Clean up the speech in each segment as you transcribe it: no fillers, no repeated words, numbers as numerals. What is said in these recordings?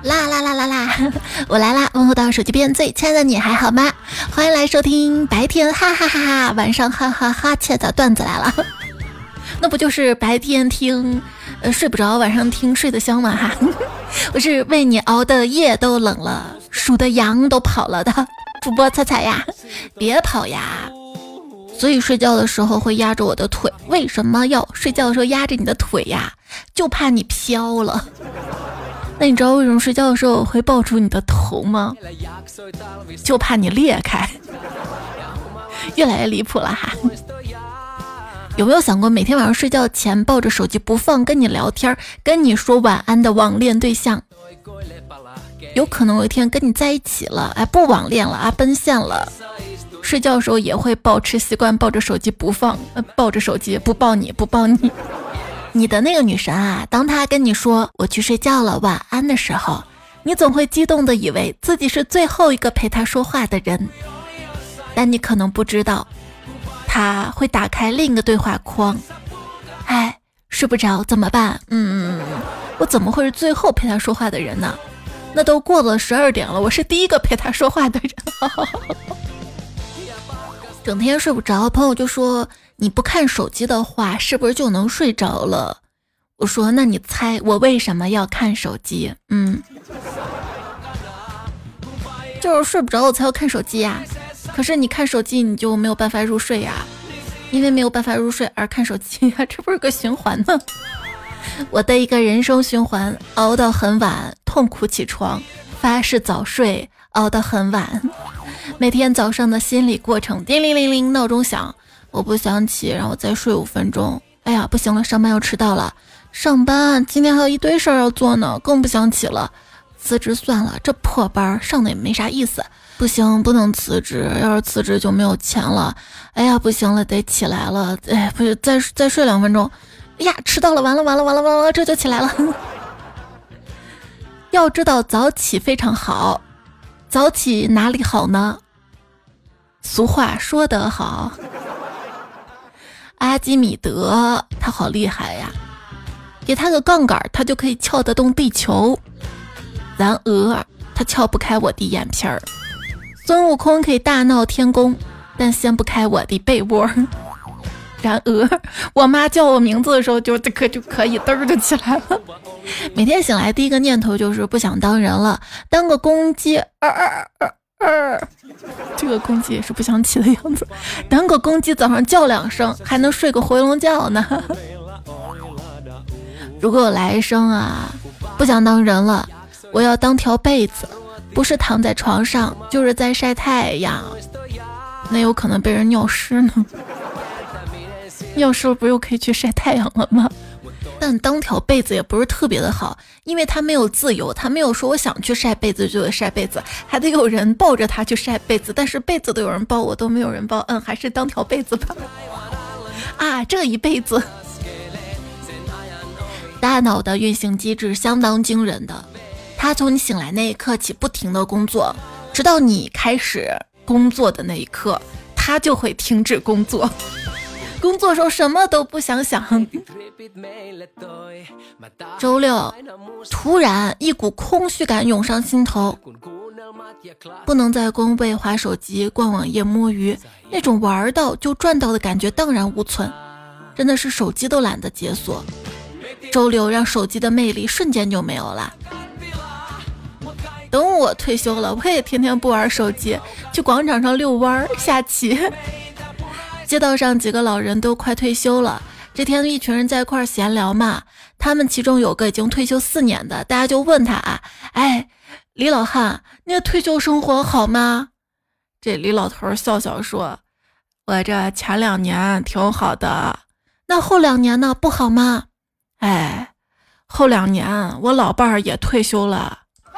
啦啦啦啦啦！我来啦！问候到手机边最亲爱的你还好吗？欢迎来收听白天哈哈哈哈，晚上哈哈哈切的段子来了。那不就是白天听睡不着，晚上听睡得香吗？哈，我是为你熬的夜都冷了，数的羊都跑了的主播彩彩呀，别跑呀！所以睡觉的时候会压着我的腿，为什么要睡觉的时候压着你的腿呀？就怕你飘了。那你知道为什么睡觉的时候会抱住你的头吗？就怕你裂开。越来越离谱了哈。有没有想过每天晚上睡觉前抱着手机不放跟你聊天，跟你说晚安的网恋对象，有可能有一天跟你在一起了，不网恋了奔现了，睡觉的时候也会保持习惯抱着手机不放，抱着手机不抱你。你的那个女神啊，当她跟你说我去睡觉了晚安的时候，你总会激动的以为自己是最后一个陪她说话的人，但你可能不知道她会打开另一个对话框。睡不着怎么办？我怎么会是最后陪她说话的人呢？那都过了12点了，我是第一个陪她说话的人。整天睡不着，朋友就说你不看手机的话是不是就能睡着了？我说那你猜我为什么要看手机？就是睡不着我才要看手机呀。可是你看手机你就没有办法入睡呀，因为没有办法入睡而看手机呀，这不是个循环吗？我的一个人生循环，熬到很晚，痛苦起床，发誓早睡，熬到很晚。每天早上的心理过程，叮铃铃铃，闹钟响，我不想起，让我再睡5分钟。哎呀，不行了，上班要迟到了。上班今天还有一堆事儿要做呢，更不想起了。辞职算了，这破班上的也没啥意思。不行，不能辞职，要是辞职就没有钱了。哎呀，不行了，得起来了。不是，再睡2分钟。哎呀，迟到了，完了，这就起来了。要知道早起非常好，早起哪里好呢？俗话说得好，阿基米德他好厉害呀，给他个杠杆他就可以撬得动地球，然而他撬不开我的眼皮儿。孙悟空可以大闹天宫，但掀不开我的被窝。然而我妈叫我名字的时候就可以嘚儿就起来了。每天醒来第一个念头就是不想当人了，当个公鸡。这个公鸡也是不想起的样子。当个公鸡早上叫2声，还能睡个回笼觉呢。如果有来生啊，不想当人了，我要当条被子，不是躺在床上，就是在晒太阳。那有可能被人尿湿呢。尿湿了不又可以去晒太阳了吗？但当条被子也不是特别的好，因为他没有自由，他没有说我想去晒被子就得晒被子，还得有人抱着他去晒被子，但是被子都有人抱，我都没有人抱，还是当条被子吧。这一辈子大脑的运行机制相当惊人的，它从你醒来那一刻起不停的工作，直到你开始工作的那一刻，它就会停止工作。工作时候什么都不想想。周六突然一股空虚感涌上心头，不能在工位滑手机逛网页摸鱼，那种玩到就赚到的感觉荡然无存，真的是手机都懒得解锁。周六让手机的魅力瞬间就没有了。等我退休了，我也天天不玩手机，去广场上遛弯下棋。街道上几个老人都快退休了，这天一群人在一块闲聊嘛，他们其中有个已经退休4年的，大家就问他李老汉，你的退休生活好吗？这李老头笑笑说，我这前2年挺好的。那后2年呢，不好吗？后2年我老伴儿也退休了。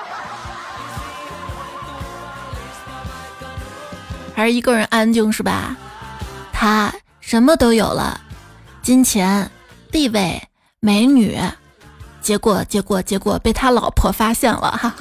还是一个人安静是吧？他什么都有了，金钱、地位、美女，结果被他老婆发现了。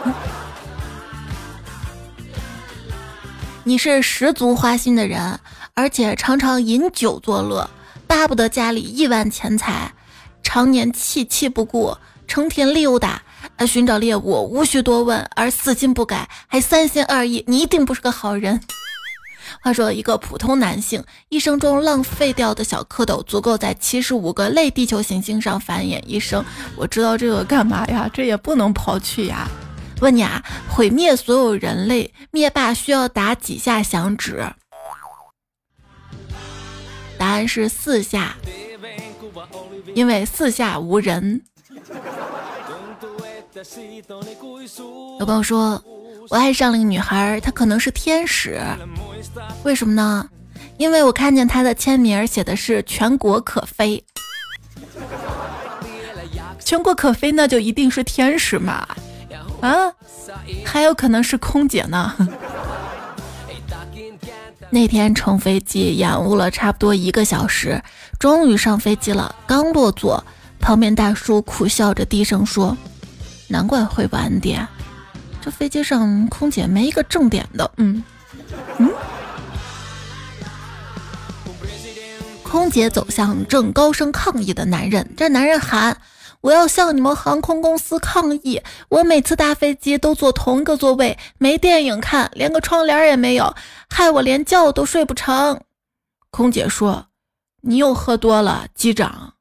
你是十足花心的人，而且常常饮酒作乐，巴不得家里亿万钱财，常年弃不顾，成天溜达， 寻找猎物无需多问，而死心不改，还三心二意，你一定不是个好人。话说一个普通男性一生中浪费掉的小蝌蚪足够在75个类地球行星上繁衍一生。我知道这个干嘛呀？这也不能抛去呀。问你啊，毁灭所有人类灭霸需要打几下响指？答案是4下，因为4下无人。有朋友说我爱上了一个女孩，她可能是天使，为什么呢？因为我看见她的签名写的是全国可飞，全国可飞那就一定是天使嘛？啊，还有可能是空姐呢。那天乘飞机延误了差不多1个小时，终于上飞机了。刚落座，旁边大叔苦笑着低声说：“难怪会晚点，这飞机上空姐没一个正点的。”空姐走向正高声抗议的男人，这男人喊：“我要向你们航空公司抗议！我每次搭飞机都坐同一个座位，没电影看，连个窗帘也没有，害我连觉都睡不成。”空姐说：“你又喝多了，机长。”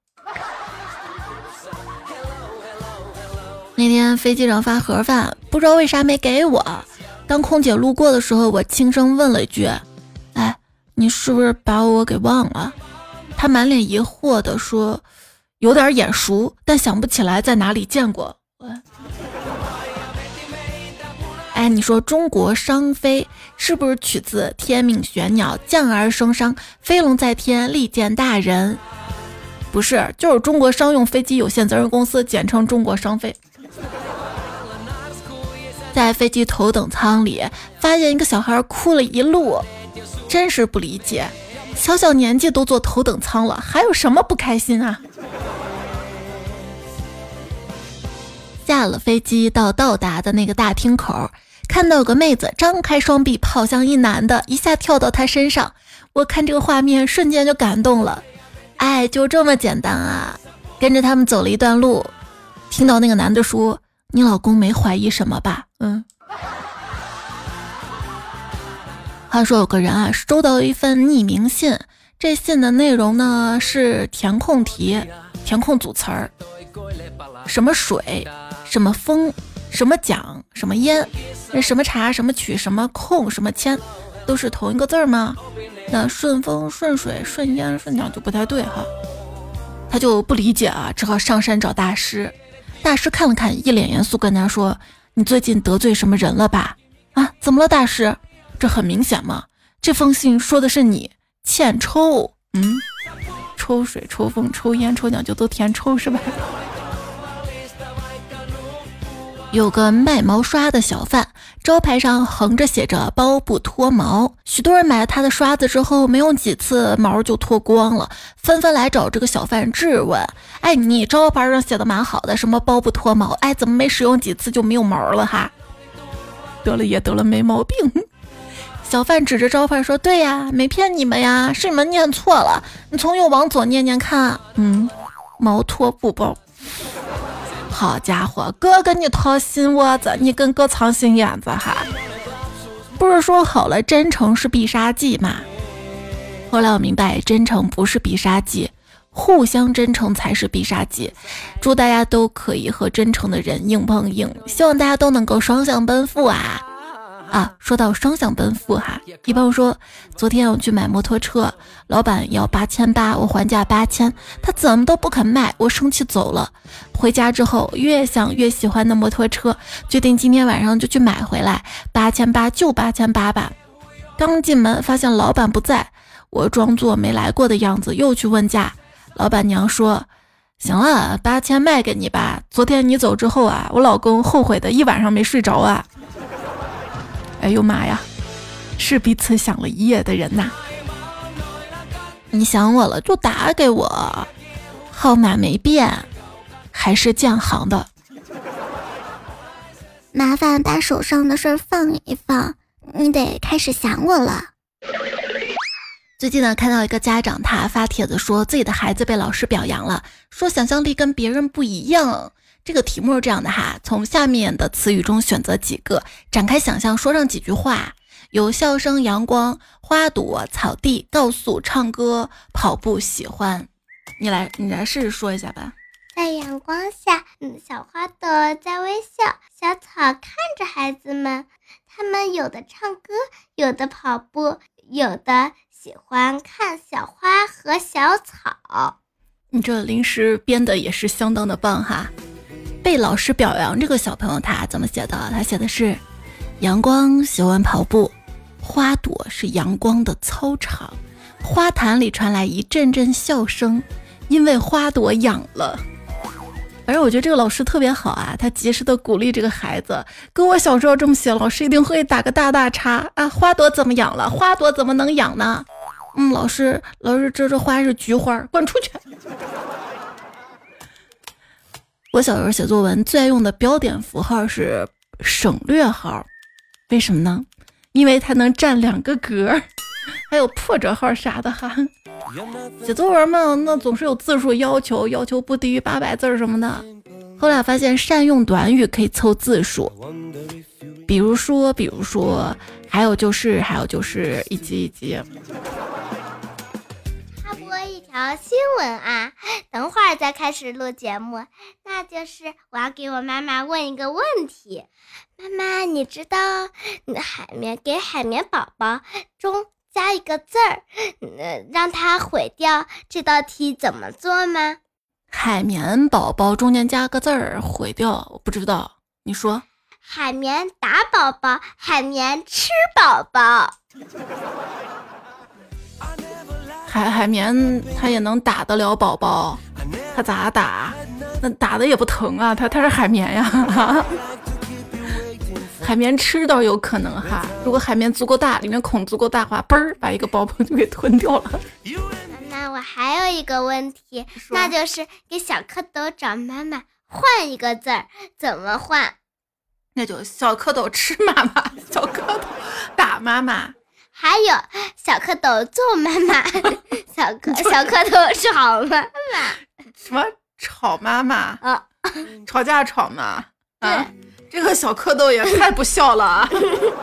那天飞机上发盒饭，不知道为啥没给我。当空姐路过的时候，我轻声问了一句：“哎，你是不是把我给忘了？”她满脸疑惑地说：“有点眼熟，但想不起来在哪里见过。”哎，你说中国商飞是不是取自天命玄鸟，降而生商，飞龙在天，利见大人？不是，就是中国商用飞机有限责任公司，简称中国商飞。在飞机头等舱里发现一个小孩哭了一路，真是不理解，小小年纪都坐头等舱了，还有什么不开心啊？下了飞机到达的那个大厅口，看到有个妹子张开双臂跑向一男的，一下跳到他身上。我看这个画面瞬间就感动了，爱就这么简单啊！跟着他们走了一段路，听到那个男的说：“你老公没怀疑什么吧？”话说有个人啊，收到一份匿名信，这信的内容呢是填空题，填空组词儿，什么水，什么风，什么奖，什么烟，什么茶，什么曲，什么空，什么签，都是同一个字儿吗？那顺风顺水顺烟顺奖就不太对哈。他就不理解啊，只好上山找大师。大师看了看，一脸严肃跟他说：“你最近得罪什么人了吧？”啊，怎么了大师？这很明显嘛，这封信说的是你欠抽。抽水抽风抽烟抽奖就都填抽是吧？有个卖毛刷的小贩，招牌上横着写着包不脱毛，许多人买了他的刷子之后，没用几次毛就脱光了，纷纷来找这个小贩质问：“哎，你招牌上写的蛮好的，什么包不脱毛，哎，怎么没使用几次就没有毛了哈？”得了也得了，没毛病。小贩指着招牌说：“对呀，没骗你们呀，是你们念错了，你从右往左念念看。毛脱不包。”好家伙，哥跟你掏心窝子，你跟哥藏心眼子哈！不是说好了真诚是必杀技吗？后来我明白，真诚不是必杀技，互相真诚才是必杀技。祝大家都可以和真诚的人硬碰硬，希望大家都能够双向奔赴啊！说到双向奔赴哈，一朋友说，昨天我去买摩托车，老板要8800，我还价8000，他怎么都不肯卖，我生气走了。回家之后越想越喜欢的摩托车，决定今天晚上就去买回来，8800就8800吧。刚进门发现老板不在，我装作没来过的样子又去问价，老板娘说：“行了，8000卖给你吧，昨天你走之后啊，我老公后悔的一晚上没睡着啊。”哎呦妈呀，是彼此想了一夜的人呐！你想我了就打给我，号码没变，还是建行的。 麻烦把手上的事放一放，你得开始想我了。 最近呢，看到一个家长他发帖子说自己的孩子被老师表扬了，说想象力跟别人不一样。 这个题目是这样的哈，从下面的词语中选择几个，展开想象，说上几句话，有笑声、阳光、花朵、草地、告诉、唱歌、跑步、喜欢。你来试试说一下吧。 在阳光下，小花朵在微笑，小草看着孩子们，他们有的唱歌，有的跑步，有的喜欢看小花和小草。 你这临时编的也是相当的棒哈。被老师表扬这个小朋友他怎么写的？他写的是阳光喜欢跑步，花朵是阳光的操场，花坛里传来一阵阵笑声，因为花朵痒了。反正我觉得这个老师特别好啊，他及时的鼓励这个孩子，跟我小时候这么写，老师一定会打个大大叉啊！花朵怎么痒了？花朵怎么能痒呢？老师这花是菊花，滚出去！我小时候写作文最爱用的标点符号是省略号，为什么呢？因为它能占2个格，还有破折号啥的哈。写作文嘛，那总是有字数要求不低于800字什么的。后来发现善用短语可以凑字数，比如说，还有就是以及。 插播一条新闻啊，等会儿再开始录节目，那就是我要给我妈妈问一个问题。妈妈，你知道给海绵宝宝中加一个字儿，让它毁掉，这道题怎么做吗？ 海绵宝宝中间加个字儿毁掉，我不知道，你说。 海绵打宝宝，海绵吃宝宝。 海绵它也能打得了宝宝，它咋打？那打的也不疼啊，它是海绵呀。海绵吃倒有可能哈，如果海绵足够大，里面孔足够大的话，嘣儿把一个宝宝就给吞掉了。 那我还有一个问题，那就是给小蝌蚪找妈妈换一个字儿，怎么换？ 那就小蝌蚪吃妈妈，小蝌蚪打妈妈， 还有小蝌蚪揍妈妈，小蝌蚪吵妈妈。 什么吵妈妈啊？ 吵架吵嘛？啊，这个小蝌蚪也太不孝了啊！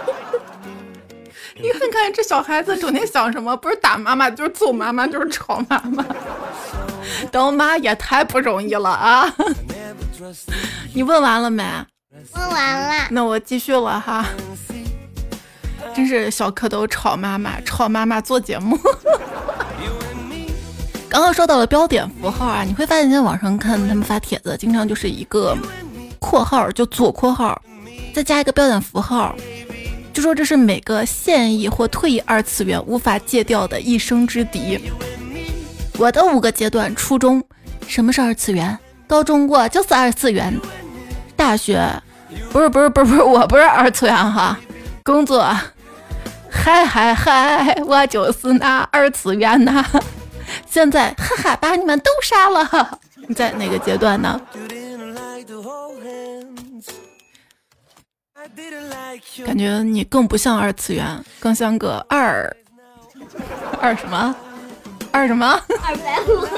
你看看这小孩子整天想什么？不是打妈妈，就是揍妈妈，就是吵妈妈。当妈也太不容易了啊！你问完了没？ 问完了。 那我继续了哈。真是小蝌蚪吵妈妈做节目。刚刚说到了标点符号啊，你会发现在网上看他们发帖子，经常就是一个括号，就左括号，再加一个标点符号，就说这是每个现役或退役二次元无法戒掉的一生之敌。我的5个阶段：初中，什么是二次元？高中过就是二次元。大学，不是，我不是二次元哈。工作，嗨，我就是那二次元呐。现在，哈哈，把你们都杀了。你在哪个阶段呢？感觉你更不像二次元，更像个二什么 250。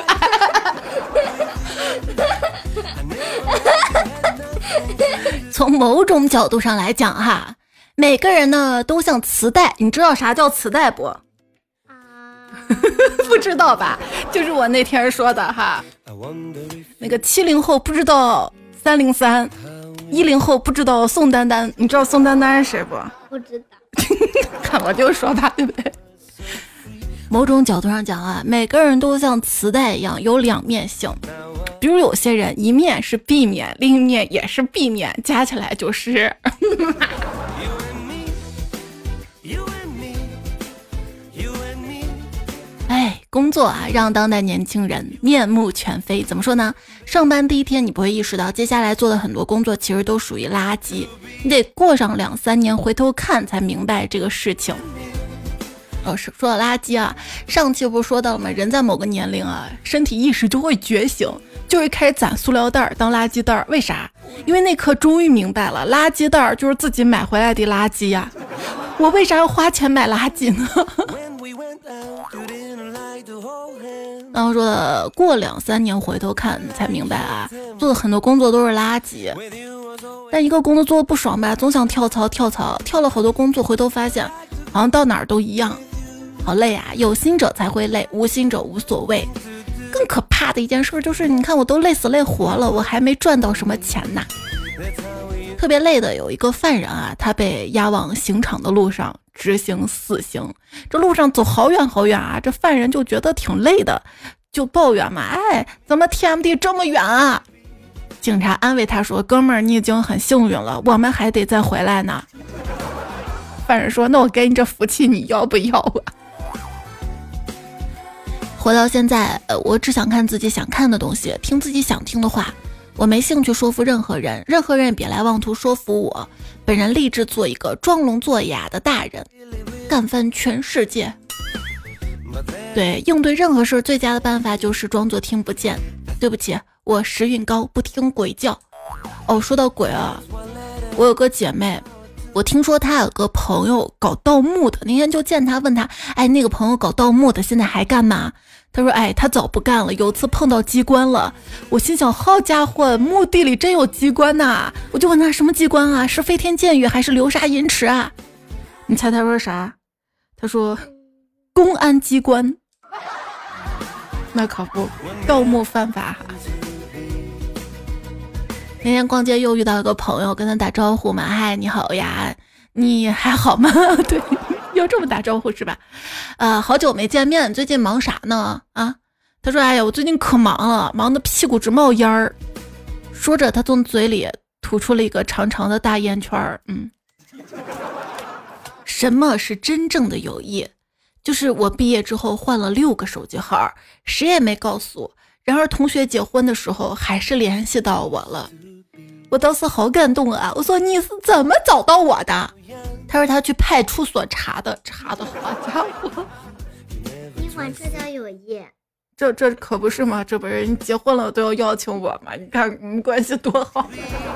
从某种角度上来讲哈，每个人呢都像磁带，你知道啥叫磁带不？不知道吧？就是我那天说的哈，那个70后不知道303，10后不知道宋丹丹，你知道宋丹丹是谁不？ 不知道。 看我就说吧，对不对？某种角度上讲啊，每个人都像磁带一样有2面性。比如有些人一面是 B 面，另一面也是 B 面，加起来就是工作啊，让当代年轻人面目全非。怎么说呢？上班第一天你不会意识到，接下来做的很多工作其实都属于垃圾，你得过上2-3年回头看才明白这个事情。说到垃圾啊，上期不是说到了吗？人在某个年龄啊，身体意识就会觉醒，就会开始攒塑料袋当垃圾袋。为啥？因为那刻终于明白了，垃圾袋就是自己买回来的垃圾呀。我为啥要花钱买垃圾呢？ 然后说过2-3年回头看才明白啊，做的很多工作都是垃圾。但一个工作做的不爽吧，总想跳槽，跳了好多工作，回头发现好像到哪儿都一样，好累啊！有心者才会累，无心者无所谓。更可怕的一件事就是，你看我都累死累活了，我还没赚到什么钱呐。特别累的有一个犯人啊，他被押往刑场的路上执行死刑，这路上走好远好远啊，这犯人就觉得挺累的，就抱怨嘛，哎，怎么 TMD 这么远啊？警察安慰他说，哥们儿，你已经很幸运了，我们还得再回来呢。犯人说，那我给你这福气你要不要啊？活到现在，我只想看自己想看的东西，听自己想听的话，我没兴趣说服任何人，任何人也别来妄图说服我。本人立志做一个装聋作哑的大人，干翻全世界。对，应对任何事最佳的办法就是装作听不见。对不起，我时运高，不听鬼叫。哦，说到鬼啊，我有个姐妹，我听说她有个朋友搞盗墓的，那天就见她，问她，哎，那个朋友搞盗墓的现在还干嘛？她说，哎，他早不干了，有次碰到机关了。我心想，好家伙，墓地里真有机关呐！我就问他，什么机关啊？是飞天剑雨还是流沙银池啊？你猜他说啥？他说公安机关。那可不，盗墓犯法。那天逛街又遇到一个朋友，跟他打招呼嘛，嗨，你好呀，你还好吗？对，要这么打招呼是吧？好久没见面，最近忙啥呢？啊，他说，哎呀，我最近可忙了，忙得屁股直冒烟儿。说着，他从嘴里吐出了一个长长的大烟圈儿。什么是真正的友谊？就是我毕业之后换了6个手机号，谁也没告诉我，然而同学结婚的时候还是联系到我了。我当时好感动啊！我说，你是怎么找到我的？他说他去派出所查的，好家伙！ 你管这叫友谊？ 这可不是嘛，这不是你结婚了都要邀请我嘛？你看我们关系多好。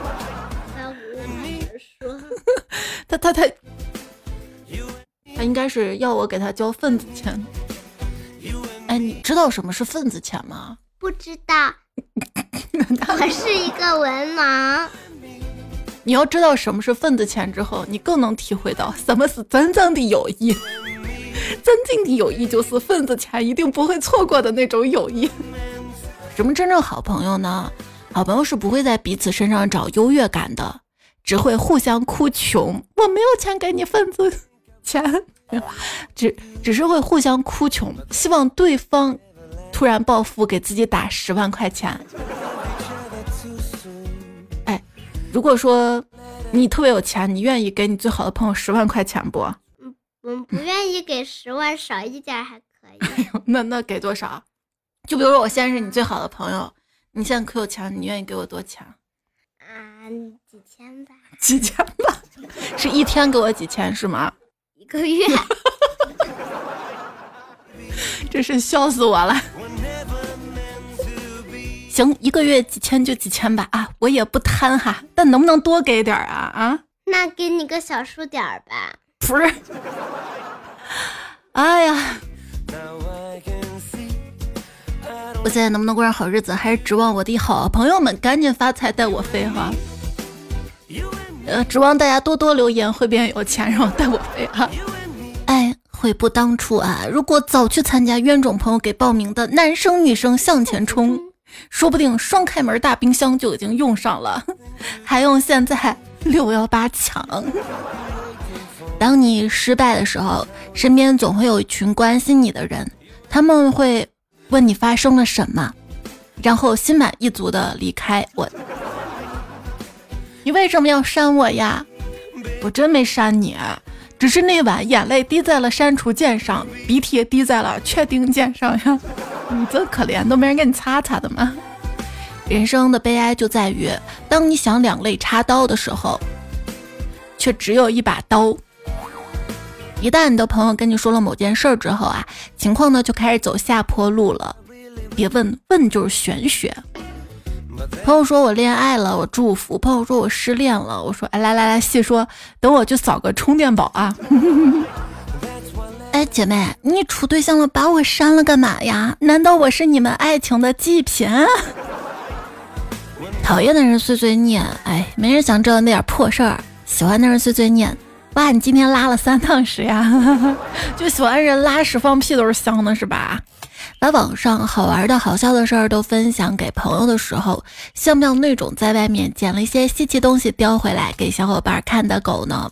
他应该是要我给他交份子钱。哎，你知道什么是份子钱吗？ 不知道。我是一个文盲。 你要知道什么是份子钱之后，你更能体会到什么是真正的友谊。真正的友谊就是份子钱一定不会错过的那种友谊。什么真正好朋友呢？好朋友是不会在彼此身上找优越感的，只会互相哭穷。我没有钱给你份子钱，只是会互相哭穷，希望对方突然暴富给自己打10万块钱。哎，如果说你特别有钱，你愿意给你最好的朋友10万块钱不？ 不愿意给10万，少一点还可以。 那给多少？就比如说我现在是你最好的朋友，你现在可有钱，你愿意给我多钱？ 几千吧。 几千吧？是一天给我几千是吗 ？1个月。 真是笑死我了。行，1个月几千就几千吧啊，我也不贪哈，但能不能多给点啊？ 那给你个小数点吧。 不是。哎呀，我现在能不能过上好日子，还是指望我的好朋友们赶紧发财带我飞哈。指望大家多多留言会变有钱，然后带我飞哈。哎，悔不当初啊！如果早去参加冤种朋友给报名的男生女生向前冲，说不定双开门大冰箱就已经用上了，还用现在618抢。当你失败的时候，身边总会有一群关心你的人，他们会问你发生了什么，然后心满意足的离开。你为什么要删我呀？我真没删你，只是那晚眼泪滴在了删除键上，鼻涕也滴在了确定键上呀。你真可怜，都没人给你擦擦的吗？人生的悲哀就在于，当你想两肋插刀的时候，却只有一把刀。一旦你的朋友跟你说了某件事之后啊，情况呢就开始走下坡路了。别问，问就是玄学。朋友说我恋爱了，我祝福；朋友说我失恋了，我说哎来细说，等我去扫个充电宝啊。 哎，姐妹，你处对象了，把我删了干嘛呀？难道我是你们爱情的祭品？讨厌的人碎碎念，哎，没人想知道那点破事儿。喜欢的人碎碎念，哇，你今天拉了3趟屎呀？就喜欢人拉屎放屁都是香的，是吧？把网上好玩的好笑的事儿都分享给朋友的时候，像不像那种在外面捡了一些稀奇东西叼回来给小伙伴看的狗呢？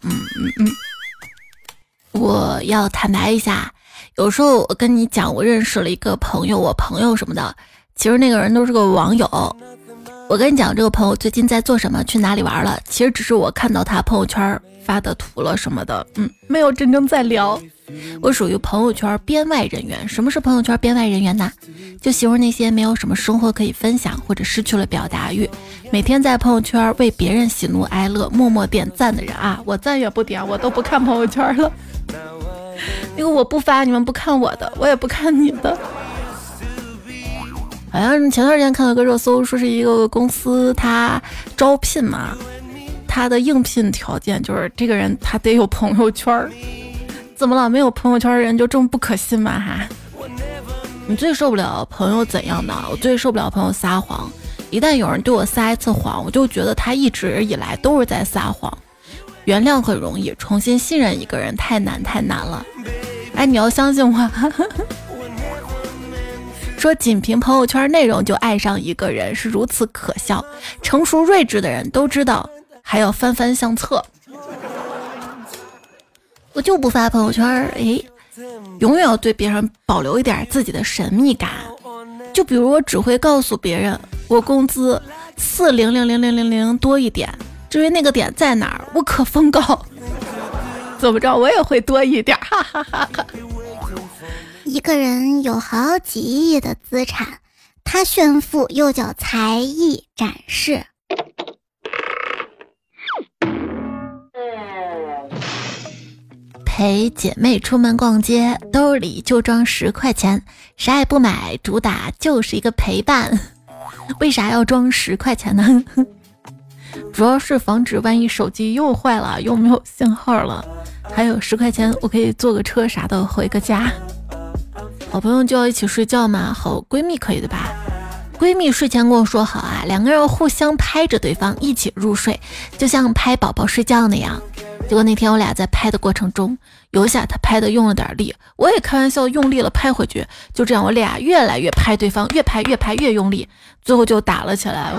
我要坦白一下，有时候我跟你讲我认识了一个朋友，我朋友什么的，其实那个人都是个网友。我跟你讲这个朋友最近在做什么，去哪里玩了，其实只是我看到他朋友圈发的图了什么的，没有真正在聊。我属于朋友圈编外人员。什么是朋友圈编外人员呢？就形容那些没有什么生活可以分享或者失去了表达欲，每天在朋友圈为别人喜怒哀乐默默点赞的人啊。我赞也不点，我都不看朋友圈了，因为我不发，你们不看我的，我也不看你的。好像前段时间看到个热搜，说是一个公司他招聘嘛，他的应聘条件就是这个人他得有朋友圈。怎么了？没有朋友圈的人就这么不可信吗？哈，你最受不了朋友怎样的？我最受不了朋友撒谎。一旦有人对我撒一次谎，我就觉得他一直以来都是在撒谎。原谅很容易，重新信任一个人太难了。哎，你要相信我。说仅凭朋友圈内容就爱上一个人是如此可笑，成熟睿智的人都知道还要翻翻相册。我就不发朋友圈，永远要对别人保留一点自己的神秘感。就比如我只会告诉别人我工资4000000多一点，至于那个点在哪儿，我可封告。怎么着，我也会多一点，哈哈哈哈。 一个人有好几亿的资产，他炫富又叫才艺展示。 陪姐妹出门逛街，兜里就装10块钱，啥也不买，主打就是一个陪伴。为啥要装10块钱呢？主要是防止万一手机又坏了，又没有信号了，还有10块钱我可以坐个车啥的回个家。好朋友就要一起睡觉嘛，好闺蜜可以的吧？闺蜜睡前跟我说好啊，2个人互相拍着对方一起入睡，就像拍宝宝睡觉那样。结果那天我俩在拍的过程中，有一下他拍的用了点力，我也开玩笑用力了拍回去，就这样我俩越来越拍对方，越拍越用力，最后就打了起来。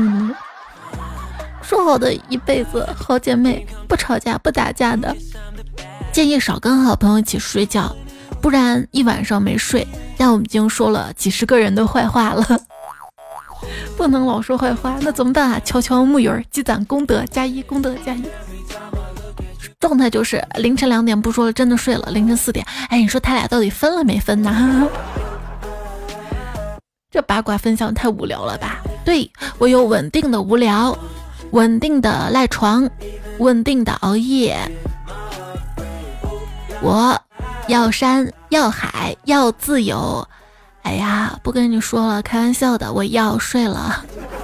说好的一辈子好姐妹，不吵架不打架的，建议少跟好朋友一起睡觉，不然一晚上没睡，但我们已经说了几十个人的坏话了。不能老说坏话，那怎么办啊？敲敲木鱼，积攒功德+1，功德+1。状态就是凌晨2点不说了，真的睡了。凌晨4点，哎，你说他俩到底分了没分呢？这八卦分享太无聊了吧？对，我有稳定的无聊，稳定的赖床，稳定的熬夜。我要山，要海，要自由。哎呀，不跟你说了，开玩笑的，我要睡了。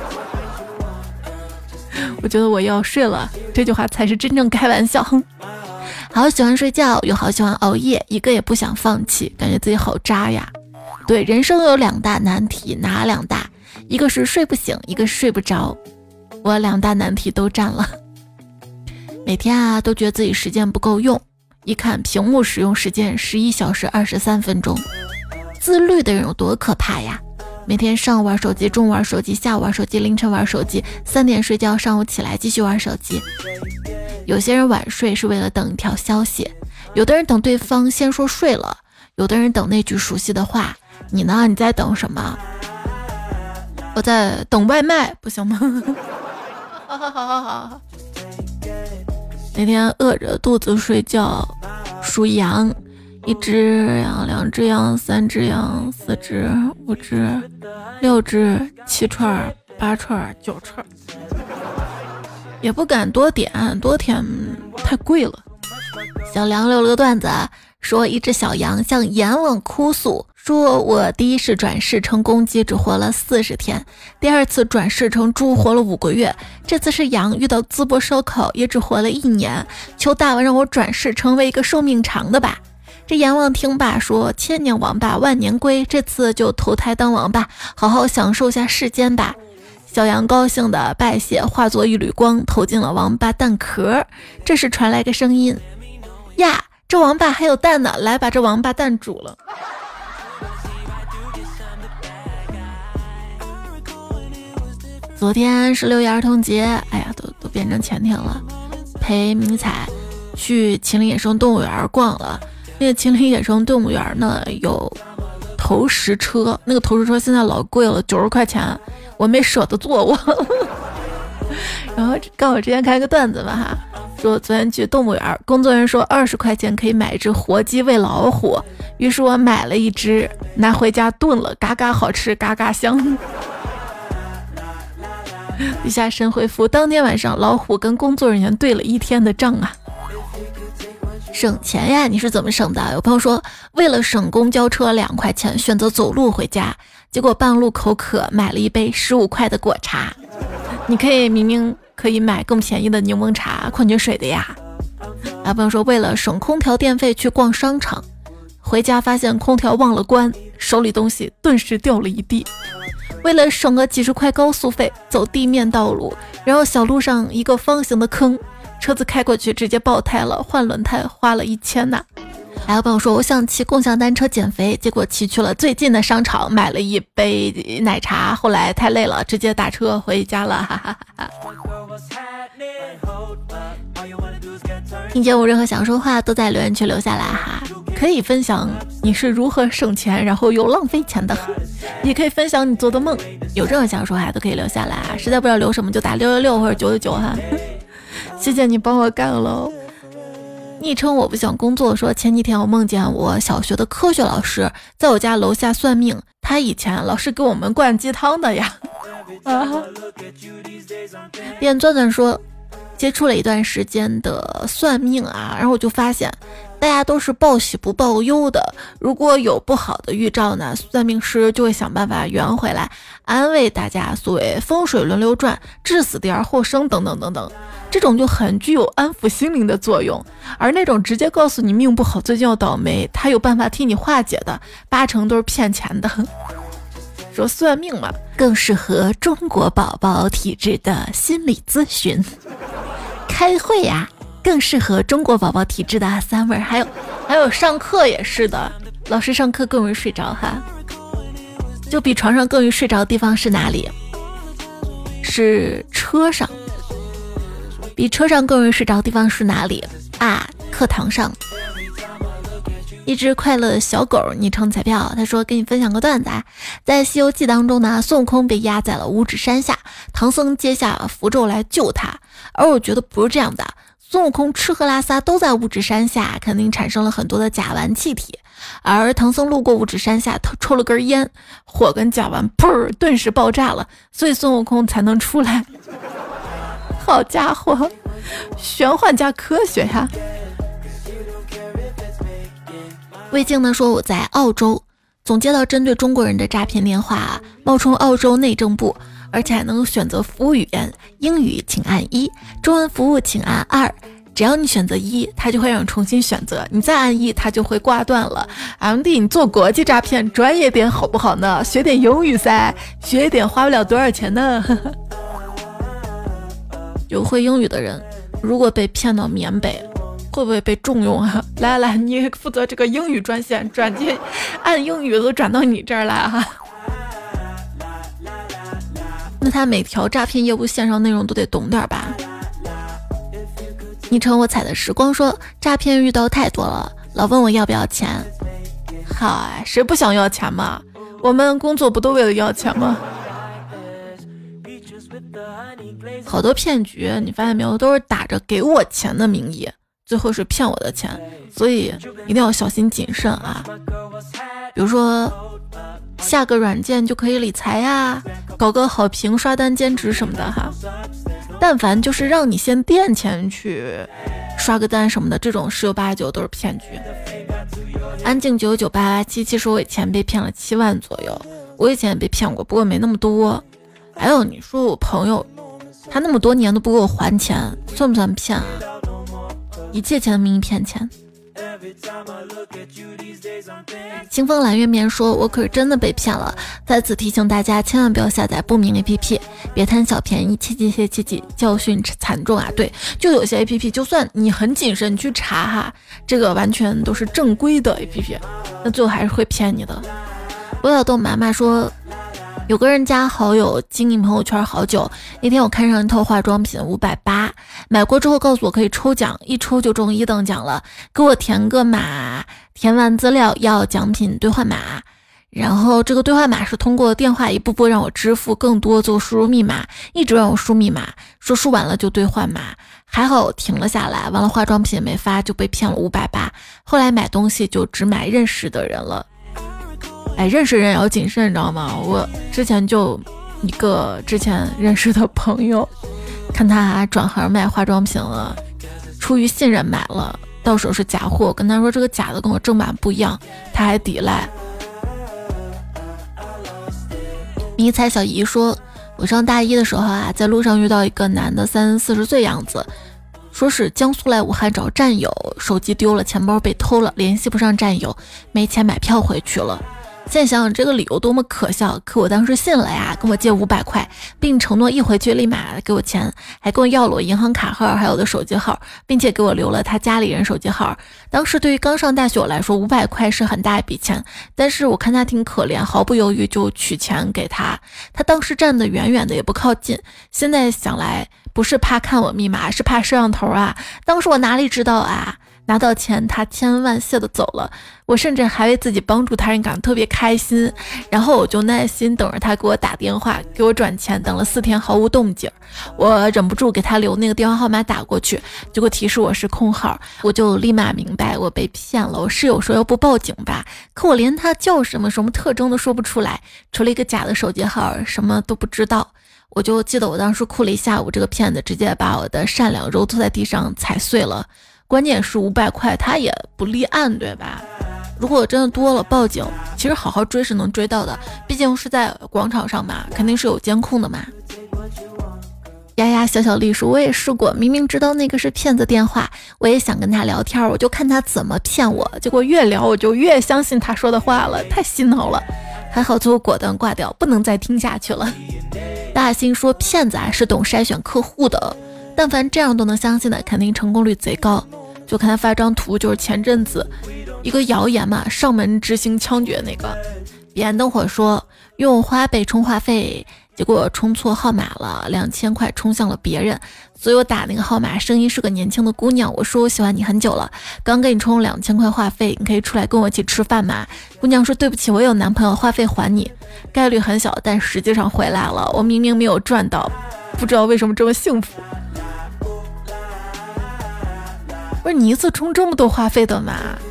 我觉得我要睡了这句话才是真正开玩笑。好喜欢睡觉，又好喜欢熬夜，一个也不想放弃，感觉自己好渣呀。对，人生有2大难题，哪2大？一个是睡不醒，一个是睡不着。我2大难题都占了。每天啊都觉得自己时间不够用，一看屏幕使用时间11小时23分钟。自律的人有多可怕呀？每天上午玩手机，中午玩手机，下午玩手机，凌晨玩手机，3点睡觉，上午起来继续玩手机。有些人晚睡是为了等一条消息，有的人等对方先说睡了，有的人等那句熟悉的话。你呢？你在等什么？我在等外卖，不行吗？好。那天饿着肚子睡觉，数羊。1只羊，2只羊，3只羊，4只，5只，6只，7串，8串，9串，也不敢多点，多点太贵了。小梁留了个段子，说一只小羊向阎王哭诉，说我第一次转世成公鸡只活了40天，第2次转世成猪活了5个月，这次是羊遇到淄博烧烤也只活了1年，求大王让我转世成为一个寿命长的吧。 这阎王听罢说，千年王八万年龟，这次就投胎当王八，好好享受下世间吧。小羊高兴的拜谢，化作一缕光投进了王八蛋壳。这时传来个声音，呀，这王八还有蛋呢，来把这王八蛋煮了。昨天是6一儿童节，哎呀，都变成前天了。陪迷彩去秦岭野生动物园逛了，那个秦岭野生动物园呢有投食车，那个投食车现在老贵了，90块钱，我没舍得坐我。然后刚好之前看一个段子嘛哈，说昨天去动物园，工作人员说20块钱可以买一只活鸡喂老虎，于是我买了一只，拿回家炖了，嘎嘎好吃，嘎嘎香。底下神回复，当天晚上老虎跟工作人员对了1天的账啊。省钱呀，你是怎么省的？有朋友说为了省公交车2块钱，选择走路回家，结果半路口渴，买了一杯15块的果茶。你可以明明可以买更便宜的柠檬茶、矿泉水的呀。有朋友说为了省空调电费去逛商场，回家发现空调忘了关，手里东西顿时掉了一地。为了省个几十块高速费，走地面道路，然后小路上一个方形的坑，车子开过去直接爆胎了，换轮胎花了1000呢。还有朋友说我想骑共享单车减肥，结果骑去了最近的商场，买了一杯奶茶，后来太累了，直接打车回家了，哈哈哈哈。听见我任何想说话都在留言区留下来哈，可以分享你是如何省钱然后又浪费钱的，也可以分享你做的梦，有任何想说话都可以留下来啊，实在不知道留什么就打666或者999哈。谢谢你帮我干了。昵称我不想工作说，前几天我梦见我小学的科学老师在我家楼下算命，他以前老是给我们灌鸡汤的呀。变钻钻说，接触了一段时间的算命啊，然后我就发现大家都是报喜不报忧的，如果有不好的预兆呢，算命师就会想办法圆回来，安慰大家，所谓风水轮流转，至死地而后生等等等等，这种就很具有安抚心灵的作用。而那种直接告诉你命不好最近要倒霉，他有办法替你化解的，80%都是骗钱的。说算命嘛，更适合中国宝宝体质的心理咨询。开会呀，更适合中国宝宝体质的summer，还有上课也是的，老师上课更容易睡着哈。就比床上更容易睡着的地方是哪里？是车上。比车上更容易睡着的地方是哪里啊？课堂上。一只快乐的小狗昵称彩票，他说跟你分享个段子啊，在西游记当中呢，孙悟空被压在了五指山下，唐僧接下符咒来救他，而我觉得不是这样的，孙悟空吃喝拉撒都在五指山下，肯定产生了很多的甲烷气体，而唐僧路过五指山下抽了根烟，火跟甲烷砰顿时爆炸了，所以孙悟空才能出来。好家伙，玄幻加科学呀。魏静呢说，我在澳洲总接到针对中国人的诈骗电话，冒充澳洲内政部，而且还能选择服务语言，英语请按1，中文服务请按2，只要你选择1，它就会让你重新选择，你再按1，它就会挂断了。MD， 你做国际诈骗专业点好不好呢？学点英语噻，学一点花不了多少钱呢。有会英语的人如果被骗到缅北会不会被重用啊？来，你负责这个英语专线，转接按英语都转到你这儿来哈。那他每条诈骗业务线上内容都得懂点吧？昵称我踩的时光说，诈骗遇到太多了，老问我要不要钱。嗨，谁不想要钱嘛？我们工作不都为了要钱吗？好多骗局你发现没有，都是打着给我钱的名义，最后是骗我的钱，所以一定要小心谨慎啊。比如说下个软件就可以理财呀，搞个好评刷单兼职什么的哈，但凡就是让你先垫钱去刷个单什么的，这种十有八九都是骗局。安静99887其实我以前被骗了7万左右，我以前也被骗过，不过没那么多。还有你说我朋友他那么多年都不给我还钱，算不算骗啊？以借钱的名义骗钱。 清风蓝月面说，我可是真的被骗了，在此提醒大家千万不要下载不明 APP， 别贪小便宜，切记教训惨重啊。对，就有些 APP 就算你很谨慎你去查哈，这个完全都是正规的 APP， 那最后还是会骗你的。罗小豆妈妈说，有个人加好友经营朋友圈好久，那天我看上一套化妆品580，买过之后告诉我可以抽奖，一抽就中1等奖了，给我填个码，填完资料要奖品兑换码，然后这个兑换码是通过电话一步步让我支付，更多就输入密码，一直让我输密码，说输完了就兑换码，还好停了下来，完了化妆品没发就被骗了580，后来买东西就只买认识的人了。认识人也要谨慎，你知道吗？我之前就一个之前认识的朋友，看他转行卖化妆品了，出于信任买了，到手是假货，跟他说这个假的跟我正版不一样，他还抵赖。迷彩小姨说，我上大一的时候啊，在路上遇到一个男的30-40岁样子，说是江苏来武汉找战友，手机丢了，钱包被偷了，联系不上战友，没钱买票回去了。现在想想这个理由多么可笑，可我当时信了呀，跟我借500块，并承诺一回去立马给我钱，还跟我要了我银行卡号还有我的手机号，并且给我留了他家里人手机号。当时对于刚上大学我来说，500块是很大一笔钱，但是我看他挺可怜，毫不犹豫就取钱给他。他当时站得远远的也不靠近，现在想来不是怕看我密码，是怕摄像头啊，当时我哪里知道啊。拿到钱他千恩万谢的走了，我甚至还为自己帮助他人感到特别开心，然后我就耐心等着他给我打电话给我转钱，等了4天毫无动静，我忍不住给他留那个电话号码打过去，结果提示我是空号，我就立马明白我被骗了。我室友说要不报警吧，可我连他叫什么特征都说不出来，除了一个假的手机号什么都不知道。我就记得我当时哭了一下午，这个骗子直接把我的善良揉搓在地上踩碎了。关键是500块他也不立案，对吧？如果真的多了报警，其实好好追是能追到的，毕竟是在广场上嘛，肯定是有监控的嘛。丫丫小小丽说，我也试过，明明知道那个是骗子电话，我也想跟他聊天，我就看他怎么骗我，结果越聊我就越相信他说的话了，太洗脑了。还好最后果断挂掉，不能再听下去了。大兴说，骗子是懂筛选客户的，但凡这样都能相信的，肯定成功率贼高。就看他发张图，就是前阵子一个谣言嘛，上门执行枪决那个。彼岸灯火说，用花呗充话费，结果充错号码了，2000块充向了别人，所以我打那个号码声音是个年轻的姑娘，我说我喜欢你很久了，刚给你充2000块话费，你可以出来跟我一起吃饭吗？姑娘说对不起，我有男朋友，话费还你。概率很小，但实际上回来了，我明明没有赚到，不知道为什么这么幸福。不是你一次充这么多话费的吗？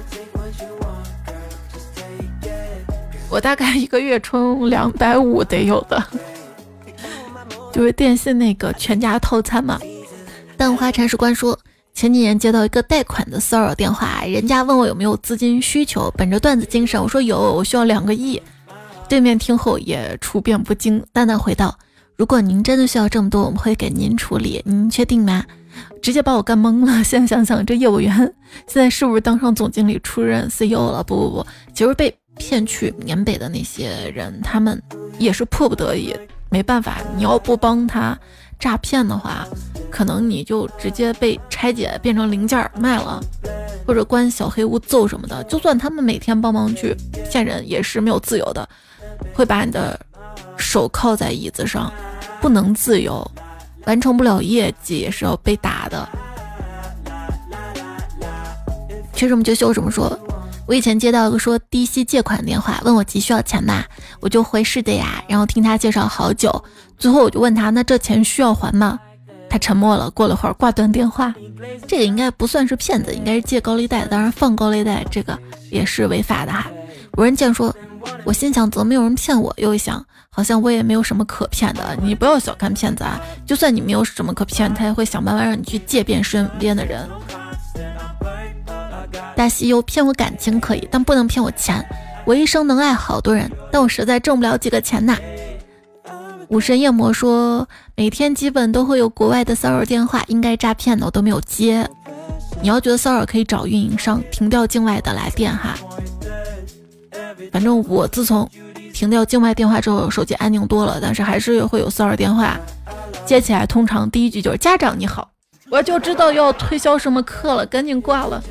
我大概一个月充250得有的，就是电信那个全家套餐嘛。蛋花铲屎官说，前几年接到一个贷款的骚扰电话，人家问我有没有资金需求，本着段子精神，我说有，我需要2个亿。对面听后也处变不惊，淡淡回道，如果您真的需要这么多，我们会给您处理，您确定吗？直接把我干懵了。现在想想，这业务员现在是不是当上总经理出任 CEO 了？不，其实被骗去缅北的那些人，他们也是迫不得已，没办法，你要不帮他诈骗的话，可能你就直接被拆解变成零件卖了，或者关小黑屋揍什么的。就算他们每天帮忙去骗人，也是没有自由的，会把你的手铐在椅子上，不能自由，完成不了业绩也是要被打的。缺什么就修什么说，我以前接到一个说低息借款电话，问我急需要钱吗？我就回是的呀，然后听他介绍好久，最后我就问他，那这钱需要还吗？他沉默了，过了会儿挂断电话。这个应该不算是骗子，应该是借高利贷，当然放高利贷这个也是违法的哈。无人见说，我心想怎么没有人骗我，又一想好像我也没有什么可骗的。你不要小看骗子啊，就算你没有什么可骗，他也会想办法让你去借遍身边的人。大西游骗我感情可以，但不能骗我钱。我一生能爱好多人，但我实在挣不了几个钱呐。武神夜魔说，每天基本都会有国外的骚扰电话，应该诈骗的我都没有接。 你要觉得骚扰可以找运营商停掉境外的来电哈。反正我自从停掉境外电话之后，手机安静多了，但是还是会有骚扰电话，接起来通常第一句就是家长你好，我就知道要推销什么课了，赶紧挂了。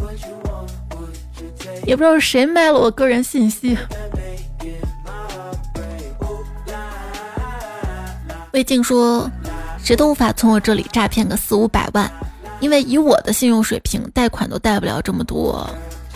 也不知道是谁卖了我个人信息。魏静说，谁都无法从我这里诈骗个400-500万，因为以我的信用水平，贷款都贷不了这么多。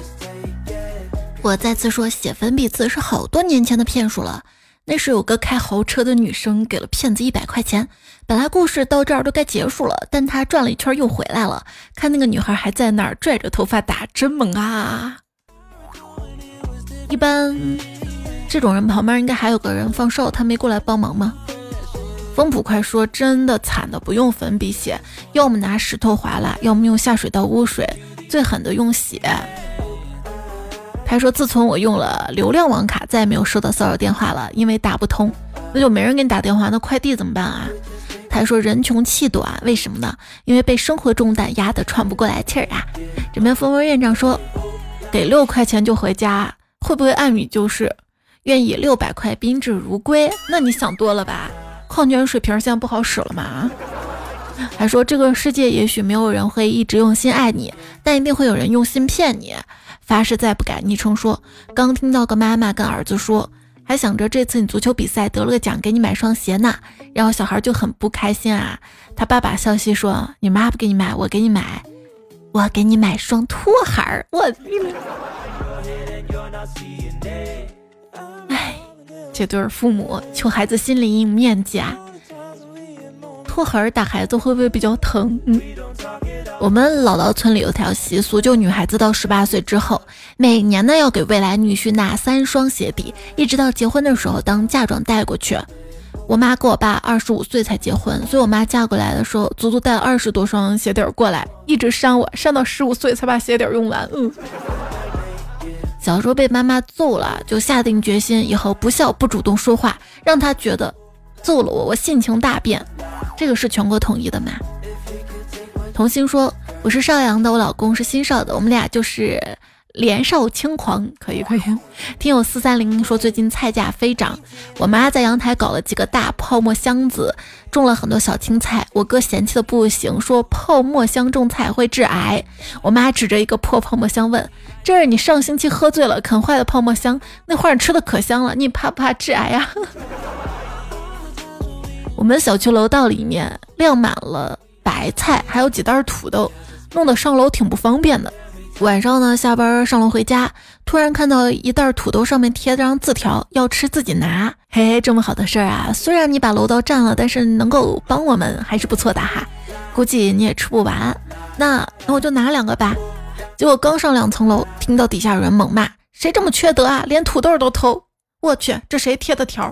我再次说，写粉笔字是好多年前的骗术了。那时有个开豪车的女生给了骗子100块钱，本来故事到这儿都该结束了，但她转了一圈又回来了，看那个女孩还在那儿拽着头发打，真猛啊！一般这种人旁边应该还有个人放哨，他没过来帮忙吗？风普快说，真的惨的不用粉笔写，要么拿石头划拉，要么用下水道污水，最狠的用血。他说，自从我用了流量网卡，再也没有收到骚扰电话了，因为打不通。那就没人给你打电话，那快递怎么办啊？他说，人穷气短，为什么呢？因为被生活重担压得喘不过来气儿啊。这边风波院长说，给6块钱就回家，会不会暗语就是愿意600块宾至如归？那你想多了吧？矿泉水瓶现在不好使了吗？还说，这个世界也许没有人会一直用心爱你，但一定会有人用心骗你。发誓再不改。昵称说，刚听到个妈妈跟儿子说，还想着这次你足球比赛得了个奖，给你买双鞋呢。然后小孩就很不开心啊，他爸爸笑嘻说，你妈不给你买，我给你买，我给你买双拖鞋。我哎，这对父母求孩子心理面积啊，拖鞋打孩子会不会比较疼？我们姥姥村里有条习俗，就女孩子到18岁之后，每年呢要给未来女婿纳3双鞋底，一直到结婚的时候当嫁妆带过去。我妈跟我爸25岁才结婚，所以我妈嫁过来的时候足足带了20多双鞋底过来，一直扇我，扇到15岁才把鞋底用完。小时候被妈妈揍了，就下定决心以后不笑不主动说话，让她觉得揍了我性情大变。这个是全国统一的吗？童心说，我是邵阳的，我老公是新邵的，我们俩就是连少轻狂。可以。听友430说，最近菜价飞涨，我妈在阳台搞了几个大泡沫箱子，种了很多小青菜，我哥嫌弃的不行，说泡沫箱种菜会致癌。我妈指着一个破泡沫箱问，这是你上星期喝醉了啃坏的泡沫箱，那会儿吃的可香了，你怕不怕致癌啊？我们小区楼道里面晾满了白菜，还有几袋土豆，弄得上楼挺不方便的。晚上呢，下班上楼回家，突然看到一袋土豆上面贴着张字条，要吃自己拿。嘿，这么好的事儿啊，虽然你把楼道占了，但是能够帮我们还是不错的哈。估计你也吃不完，那我就拿2个吧。结果刚上2层楼，听到底下有人猛骂，谁这么缺德啊，连土豆都偷。我去，这谁贴的条？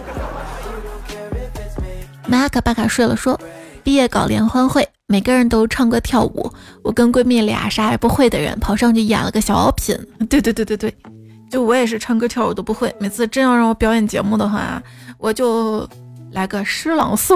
马卡巴卡睡了说，毕业搞联欢会，每个人都唱歌跳舞，我跟闺蜜俩啥也不会的人跑上去演了个小品。对，就我也是唱歌跳舞都不会，每次真要让我表演节目的话，我就来个诗朗诵。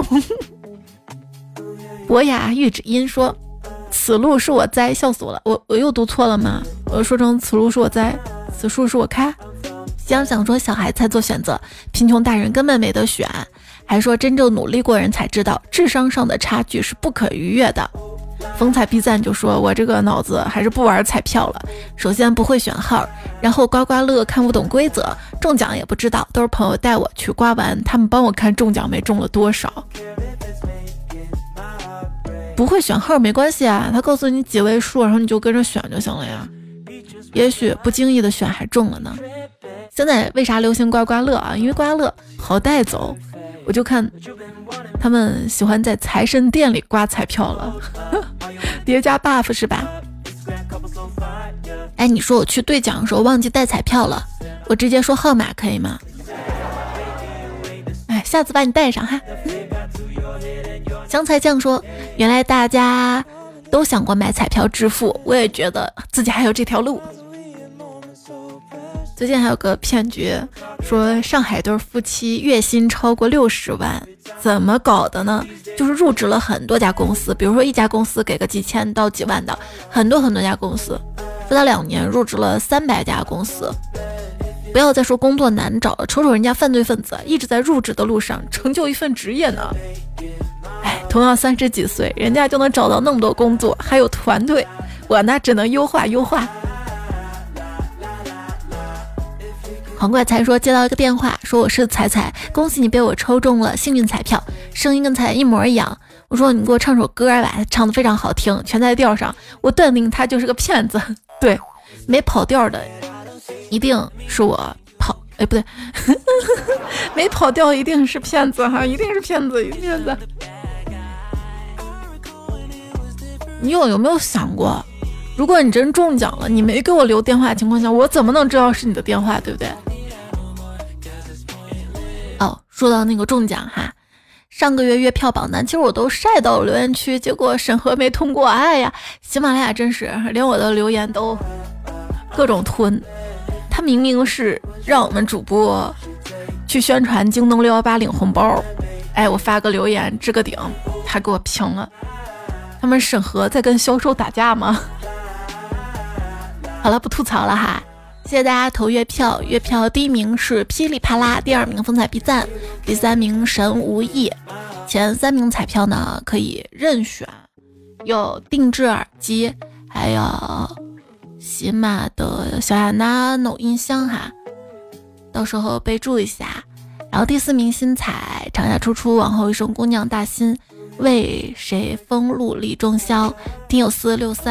博雅玉指音说，此路是我栽，笑死我了，我又读错了吗？我说成此路是我栽，此树是我开。想说小孩才做选择，贫穷大人根本没得选。还说真正努力过人才知道，智商上的差距是不可逾越的。风采必赞就说，我这个脑子还是不玩彩票了。首先不会选号，然后刮刮乐看不懂规则，中奖也不知道，都是朋友带我去刮完，他们帮我看中奖没中了多少。不会选号没关系啊，他告诉你几位数，然后你就跟着选就行了呀。也许不经意的选还中了呢。现在为啥流行刮刮乐啊？因为刮刮乐好带走。我就看他们喜欢在财神殿里刮彩票了，叠加 buff 是吧？哎，你说我去兑奖的时候忘记带彩票了，我直接说号码可以吗？哎，下次把你带上哈。香菜酱说，原来大家都想过买彩票致富，我也觉得自己还有这条路。 最近还有个骗局，说上海对夫妻月薪超过60万，怎么搞的呢？就是入职了很多家公司，比如说一家公司给个几千到几万的，很多家公司，不到2年入职了300家公司。不要再说工作难找了，瞅瞅人家犯罪分子一直在入职的路上成就一份职业呢。哎，同样30几岁，人家就能找到那么多工作，还有团队，我那只能优化。黄怪才说接到一个电话，说我是彩彩，恭喜你被我抽中了幸运彩票，声音跟彩一模一样。我说你给我唱首歌吧，他唱得非常好听，全在调上，我断定他就是个骗子。对，没跑调的一定是我跑，不对，没跑调一定是骗子哈，一定是骗子。你有没有想过，如果你真中奖了，你没给我留电话的情况下，我怎么能知道是你的电话，对不对？哦，说到那个中奖哈，上个月月票榜单，其实我都晒到了留言区，结果审核没通过。哎呀，喜马拉雅真是连我的留言都各种吞。他明明是让我们主播去宣传京东618领红包，哎，我发个留言置个顶，他给我评了。他们审核在跟销售打架吗？好了，不吐槽了哈。谢谢大家投月票，月票第1名是噼里啪啦，第2名风采必赞，第3名神无意。前3名彩票呢可以任选，有定制耳机，还有喜马的小雅nano音箱哈，到时候备注一下。然后第4名新彩，长夏初初，往后一生姑娘大新，为谁风露李仲霄，听友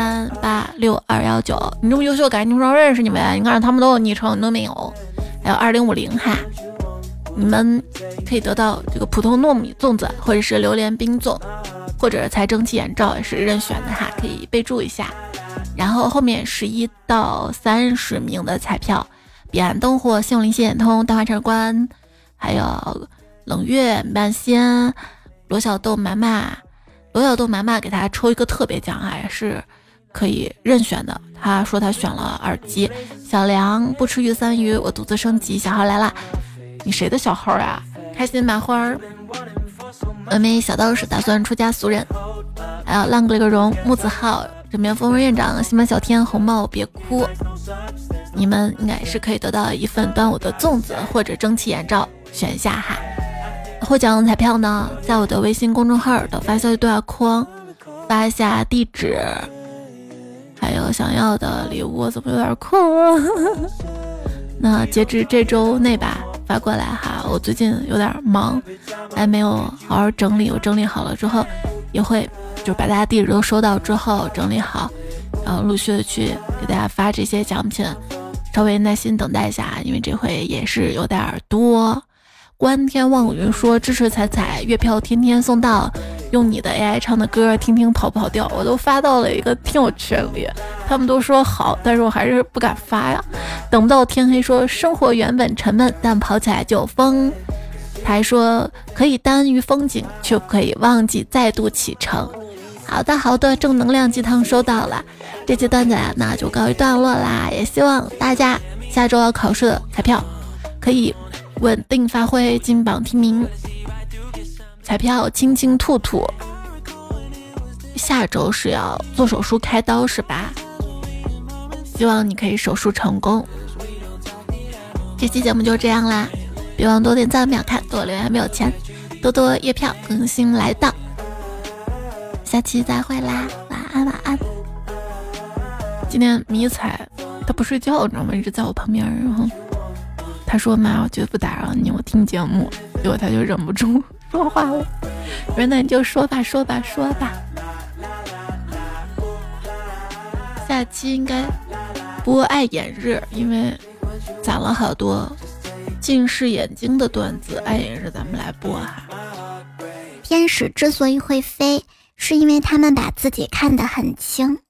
463862219，你这么优秀，赶紧说认识你们，你看他们都有昵称，你都没有。还有2050哈，你们可以得到这个普通糯米粽子，或者是榴莲冰粽，或者才蒸汽眼罩也是任选的哈，可以备注一下。然后后面11到30名的彩票，彼岸灯火、信用灵犀眼通、大话城关，还有冷月半仙、罗小豆麻麻给他抽一个特别奖还是可以任选的。他说他选了耳机。小梁不吃鱼三鱼，我独自升级。小号来啦，你谁的小号呀？开心麻花，峨眉小道士打算出家俗人，还有浪个荣、木子浩、枕边风院长、西门小天、红帽别哭。你们应该是可以得到一份端午的粽子或者蒸汽眼罩，选一下哈。获奖彩票呢，在我的微信公众号的发消息对话框发一下地址，还有想要的礼物，怎么有点空啊？那截至这周内吧，发过来哈。我最近有点忙，还没有好好整理，我整理好了之后也会就把大家地址都收到之后整理好，然后陆续的去给大家发这些奖品，稍微耐心等待一下，因为这回也是有点多。观天望云说支持彩彩，月票天天送到，用你的 AI 唱的歌听听跑不跑调，我都发到了一个听友群里，他们都说好，但是我还是不敢发呀。等不到天黑说生活原本沉闷，但跑起来就有风。他还说可以耽于风景，却不可以忘记再度启程。好的，正能量鸡汤收到了。这期段子那就告一段落啦，也希望大家下周要考试的彩票可以稳定发挥，金榜题名。彩票清清兔兔，下周是要做手术开刀是吧？希望你可以手术成功。这期节目就这样啦，别忘多点赞秒看，多留言没有钱，多多月票更新来到，下期再会啦，晚安。今天迷彩他不睡觉，你知道吗？一直在我旁边，然后他说妈，我觉得不打扰你，我听节目，结果他就忍不住说话了。我说那你就说吧。下期应该播爱眼日，因为攒了好多近视眼睛的段子，爱眼日咱们来播哈。 天使之所以会飞，是因为他们把自己看得很轻。